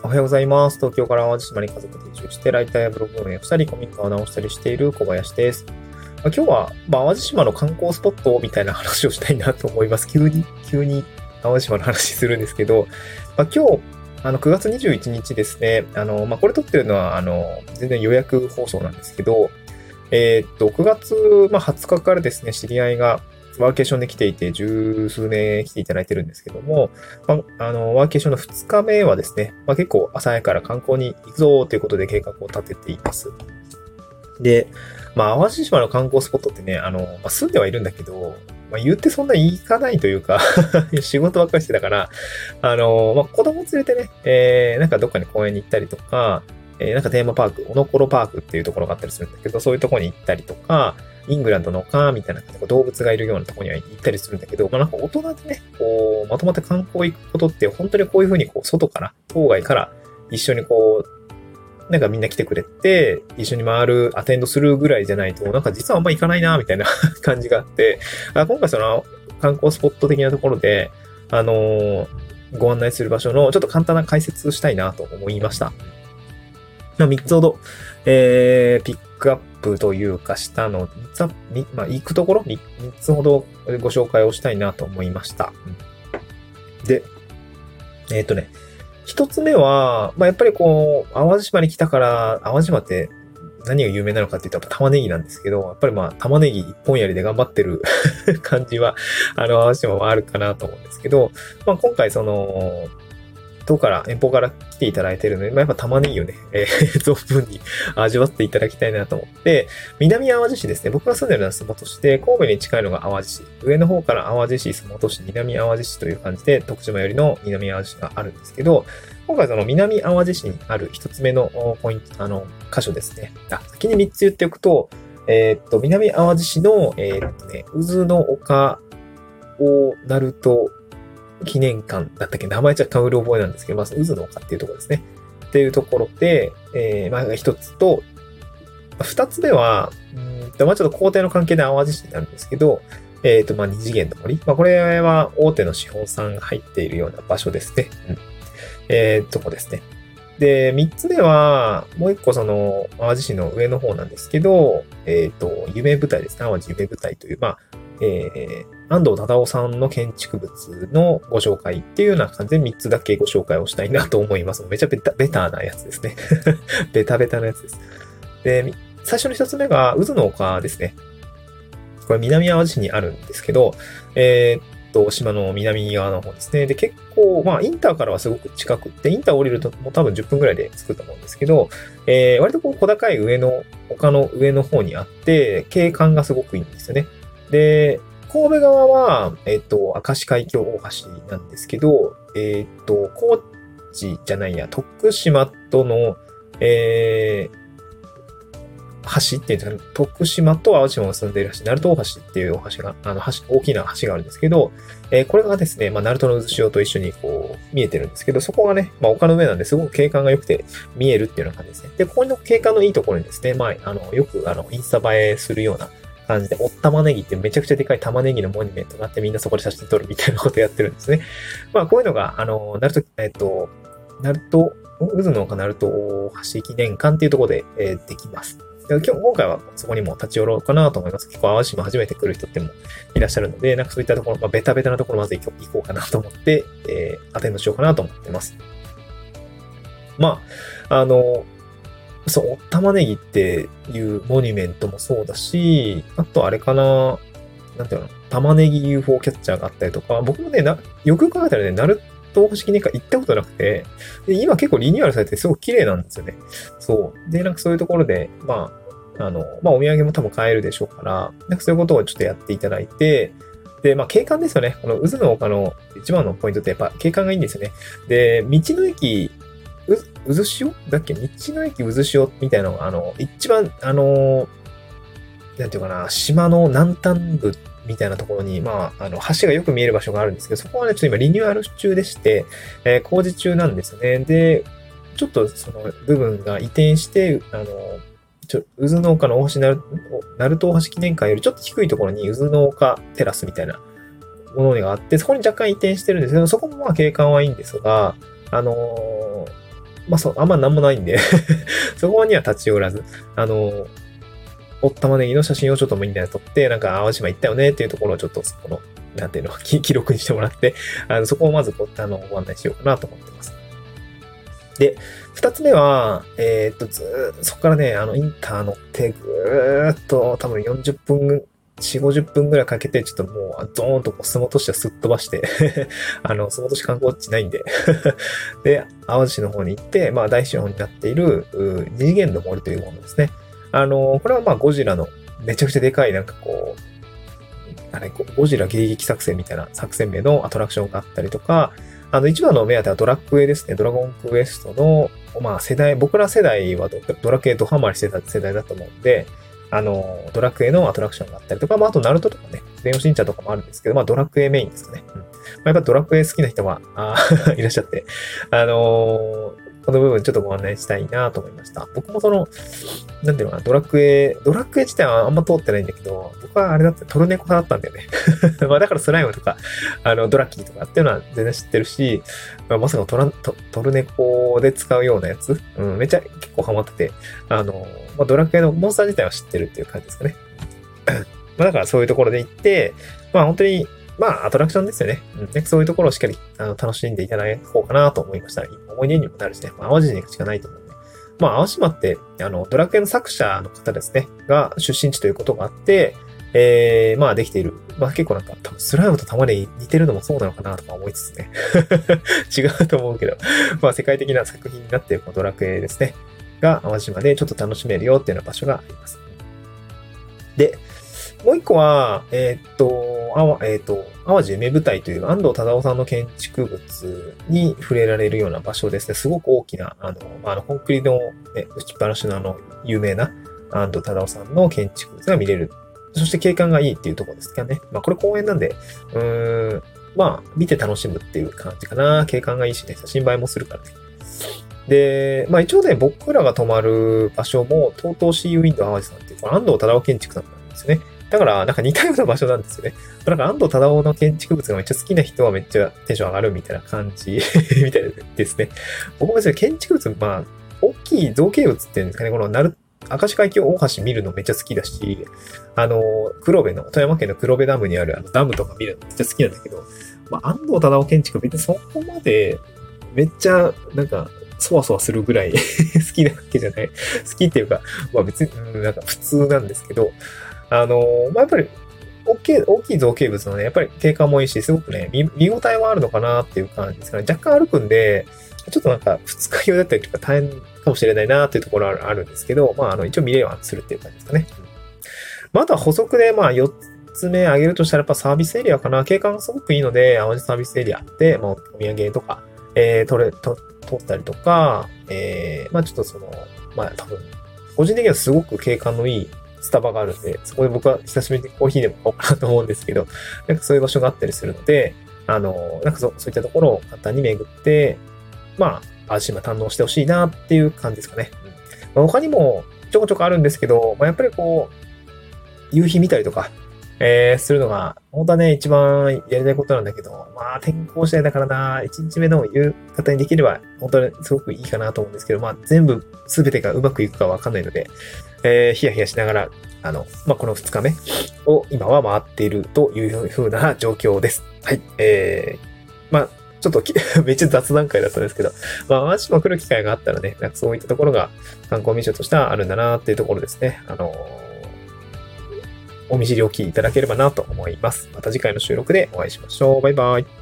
おはようございます。東京から淡路島に家族で移住して、ライターやブログ運営をしたり、古民家を直したりしている小林です。今日は、淡路島の観光スポットみたいな話をしたいなと思います。急に淡路島の話するんですけど、今日、9月21日ですね。これ撮ってるのは、全然予約放送なんですけど、9月、20日からですね、知り合いがワーケーションで来ていて、十数名来ていただいてるんですけども、ワーケーションの2日目はですね、結構朝早から観光に行くぞということで計画を立てています。で、淡路島の観光スポットってね、住んではいるんだけど、言ってそんなに行かないというか仕事ばっかりしてたから、子供連れてね、なんかどっかに公園に行ったりとか、なんかテーマパーク、おのころパークっていうところがあったりするんだけど、そういうところに行ったりとか、イングランドの丘みたいな動物がいるようなところには行ったりするんだけど、なんか大人でね、まとまって観光行くことって、本当にこういうふうに外から、郊外から一緒になんかみんな来てくれて、一緒に回る、アテンドするぐらいじゃないと、なんか実はあんま行かないな、みたいな感じがあって、今回その観光スポット的なところで、ご案内する場所のちょっと簡単な解説したいなと思いました。3つほど、ピックアップというかしたの、行くところ3つほどご紹介をしたいなと思いました。で、一つ目は、やっぱり淡路島に来たから、淡路島って何が有名なのかって言ったら玉ねぎなんですけど、やっぱり玉ねぎ一本やりで頑張ってる感じは、淡路島はあるかなと思うんですけど、今回遠方から来ていただいているので、やっぱ玉ねぎをね、存分に味わっていただきたいなと思って、南淡路市ですね。僕が住んでるのは洲本市で、神戸に近いのが淡路市。上の方から淡路市、洲本市、南淡路市という感じで、徳島よりの南淡路市があるんですけど、今回その南淡路市にある一つ目のポイント、箇所ですね。先に3つ言っておくと、南淡路市の、渦の丘を鳴門記念館だったっけ、名前ちゃうる覚えなんですけど、渦の丘っていうところですね。っていうところで、一つと、二つ目は、ちょっと工程の関係で淡路市になるんですけど、二次元の森。これは大手の資本さんが入っているような場所ですね。とこですね。で、三つ目は、もう一個淡路市の上の方なんですけど、夢舞台ですね。淡路夢舞台という、安藤忠雄さんの建築物のご紹介っていうような感じで3つだけご紹介をしたいなと思います。めちゃベタなやつですね。ベタなやつです。で、最初の1つ目が渦の丘ですね。これ南淡路市にあるんですけど、島の南側の方ですね。で、結構、インターからはすごく近くって、インター降りるともう多分10分ぐらいで着くと思うんですけど、割と小高い丘の上の方にあって、景観がすごくいいんですよね。で、神戸側は、明石海峡大橋なんですけど、高知じゃないや、徳島との、橋っていうんですかね、徳島と淡路島を結んでいる橋、鳴門大橋っていう大きな橋があるんですけど、これがですね、鳴門の渦潮と一緒に見えてるんですけど、そこがね、丘の上なんですごく景観が良くて見えるっていうような感じですね。で、ここの景観のいいところにですね、よくインスタ映えするような感じで、お玉ねぎってめちゃくちゃでかい玉ねぎのモニュメントがあってみんなそこで写真撮るみたいなことをやってるんですね。こういうのが、渦の丘鳴門大橋記念館っていうところで、できます。今回はそこにも立ち寄ろうかなと思います。結構淡路島初めて来る人ってもいらっしゃるので、なんかそういったところ、ベタなところまず行こうかなと思って、アテンドしようかなと思ってます。そう、玉ねぎっていうモニュメントもそうだし、あとあれかな、なんていうの、玉ねぎ UFO キャッチャーがあったりとか、僕もね、よく考えたらね、鳴門大橋記念館行ったことなくて、で今結構リニューアルされてすごく綺麗なんですよね。そう。で、なんかそういうところで、お土産も多分買えるでしょうから、なんかそういうことをちょっとやっていただいて、で、景観ですよね。この渦の丘の一番のポイントってやっぱ景観がいいんですよね。で、道の駅、渦潮だっけ、道の駅渦潮みたいなのが、一番、なんていうかな、島の南端部みたいなところに、橋がよく見える場所があるんですけど、そこはね、ちょっと今リニューアル中でして、工事中なんですね。で、ちょっとその部分が移転して、渦の丘の鳴門大橋記念館よりちょっと低いところに渦の丘テラスみたいなものがあって、そこに若干移転してるんですけど、そこも景観はいいんですが、 まあそう、あんまなんもないんでそこには立ち寄らず、お玉ねぎの写真をちょっとみんなで撮って、なんか淡路島行ったよねっていうところをちょっとそこの、なんていうの、記録にしてもらって、そこをまずご案内しようかなと思ってます。で、二つ目は、そこからね、インター乗って、ぐーっと、多分40分、4、50分ぐらいかけて、ちょっともう、ドーンとこう、洲本市はすっ飛ばして洲本市観光地ないんでで、淡路市の方に行って、まあ、大資本になっている、二次元の森というものですね。これはまあ、ゴジラの、めちゃくちゃでかい、なんかこう、ゴジラ迎撃作戦みたいな作戦名のアトラクションがあったりとか、一番の目当てはドラクエですね。ドラゴンクエストの、まあ世代、僕ら世代はドラクエドハマりしてた世代だと思うんで、ドラクエのアトラクションがあったりとか、まああとナルトとかね、クレヨンしんちゃんとかもあるんですけど、まあドラクエメインですかね。まあ、やっぱドラクエ好きな人がいらっしゃって、この部分ちょっとご案内したいなと思いました。僕もなんていうのかな、ドラクエ自体はあんま通ってないんだけど、僕はあれだってトルネコ派だったんだよね。まあだからスライムとか、ドラッキーとかっていうのは全然知ってるし、まさかトルネコで使うようなやつ、めっちゃ結構ハマってて、まあ、ドラクエのモンスター自体は知ってるっていう感じですかね。まあだからそういうところで行って、まあ本当に、まあ、アトラクションですよね。そういうところをしっかり楽しんでいただこうかなと思いました。思い出にもなるしね。まあ、淡路に行くしかないと思うんで。まあ、淡島って、ドラクエの作者の方ですね。が出身地ということがあって、まあ、できている。まあ、結構なんか、多分スライムと玉ねぎ似てるのもそうなのかなとか思いつつね。違うと思うけど。まあ、世界的な作品になっているこのドラクエですね。が、淡島でちょっと楽しめるよっていうような場所があります。で、もう一個は、淡路夢舞台という安藤忠雄さんの建築物に触れられるような場所ですね。すごく大きな、コンクリの、ね、打ちっぱなしの有名な安藤忠雄さんの建築物が見れる。そして景観がいいっていうところですかね。まあ、これ公園なんで、まあ、見て楽しむっていう感じかな。景観がいいしね、写真映えもするからね。で、まあ一応ね、僕らが泊まる場所も、TOTOシーウィンド淡路さんっていう、安藤忠雄建築さんなんですよね。だから、なんか似たような場所なんですよね。なんか安藤忠雄の建築物がめっちゃ好きな人はめっちゃテンション上がるみたいな感じみたいですね。僕もですね、建築物、まあ、大きい造形物っていうんですかね、この明石海峡大橋見るのめっちゃ好きだし、富山県の黒部ダムにあるダムとか見るのめっちゃ好きなんだけど、まあ、安藤忠雄建築別にそこまでめっちゃ、なんか、そわそわするぐらい好きなわけじゃない。好きっていうか、まあ別に、なんか普通なんですけど、まあやっぱり、大きい造形物のね、やっぱり景観もいいし、すごくね、見応えはあるのかなっていう感じですかね。若干歩くんで、ちょっとなんか二日酔いだったりとか大変かもしれないなっていうところはあるんですけど、まあ一応見れはするっていう感じですかね。まああとは補足で、まあ4つ目挙げるとしたらやっぱサービスエリアかな。景観がすごくいいので、淡路サービスエリアって、まあお土産とか、取ったりとか、まあちょっとまあ多分、個人的にはすごく景観のいいスタバがあるんで、そこで僕は久しぶりにコーヒーでも買おうかなと思うんですけど、なんかそういう場所があったりするので、なんかそういったところを簡単に巡って、まあ、淡路島堪能してほしいなっていう感じですかね。まあ、他にもちょこちょこあるんですけど、まあやっぱりこう、夕日見たりとか、するのが、本当はね、一番やりたいことなんだけど、まあ、天候次第だからな、1日目の夕方にできれば、本当にすごくいいかなと思うんですけど、まあ、全てがうまくいくかわかんないので、ヒヤヒヤしながら、まあ、この2日目を今は回っているという風な状況です。はい。まあ、ちょっとめっちゃ雑談会だったんですけど、まあ、淡路島来る機会があったらね、なんかそういったところが観光名所としてはあるんだなっていうところですね。お見知りおきいただければなと思います。また次回の収録でお会いしましょう。バイバイ。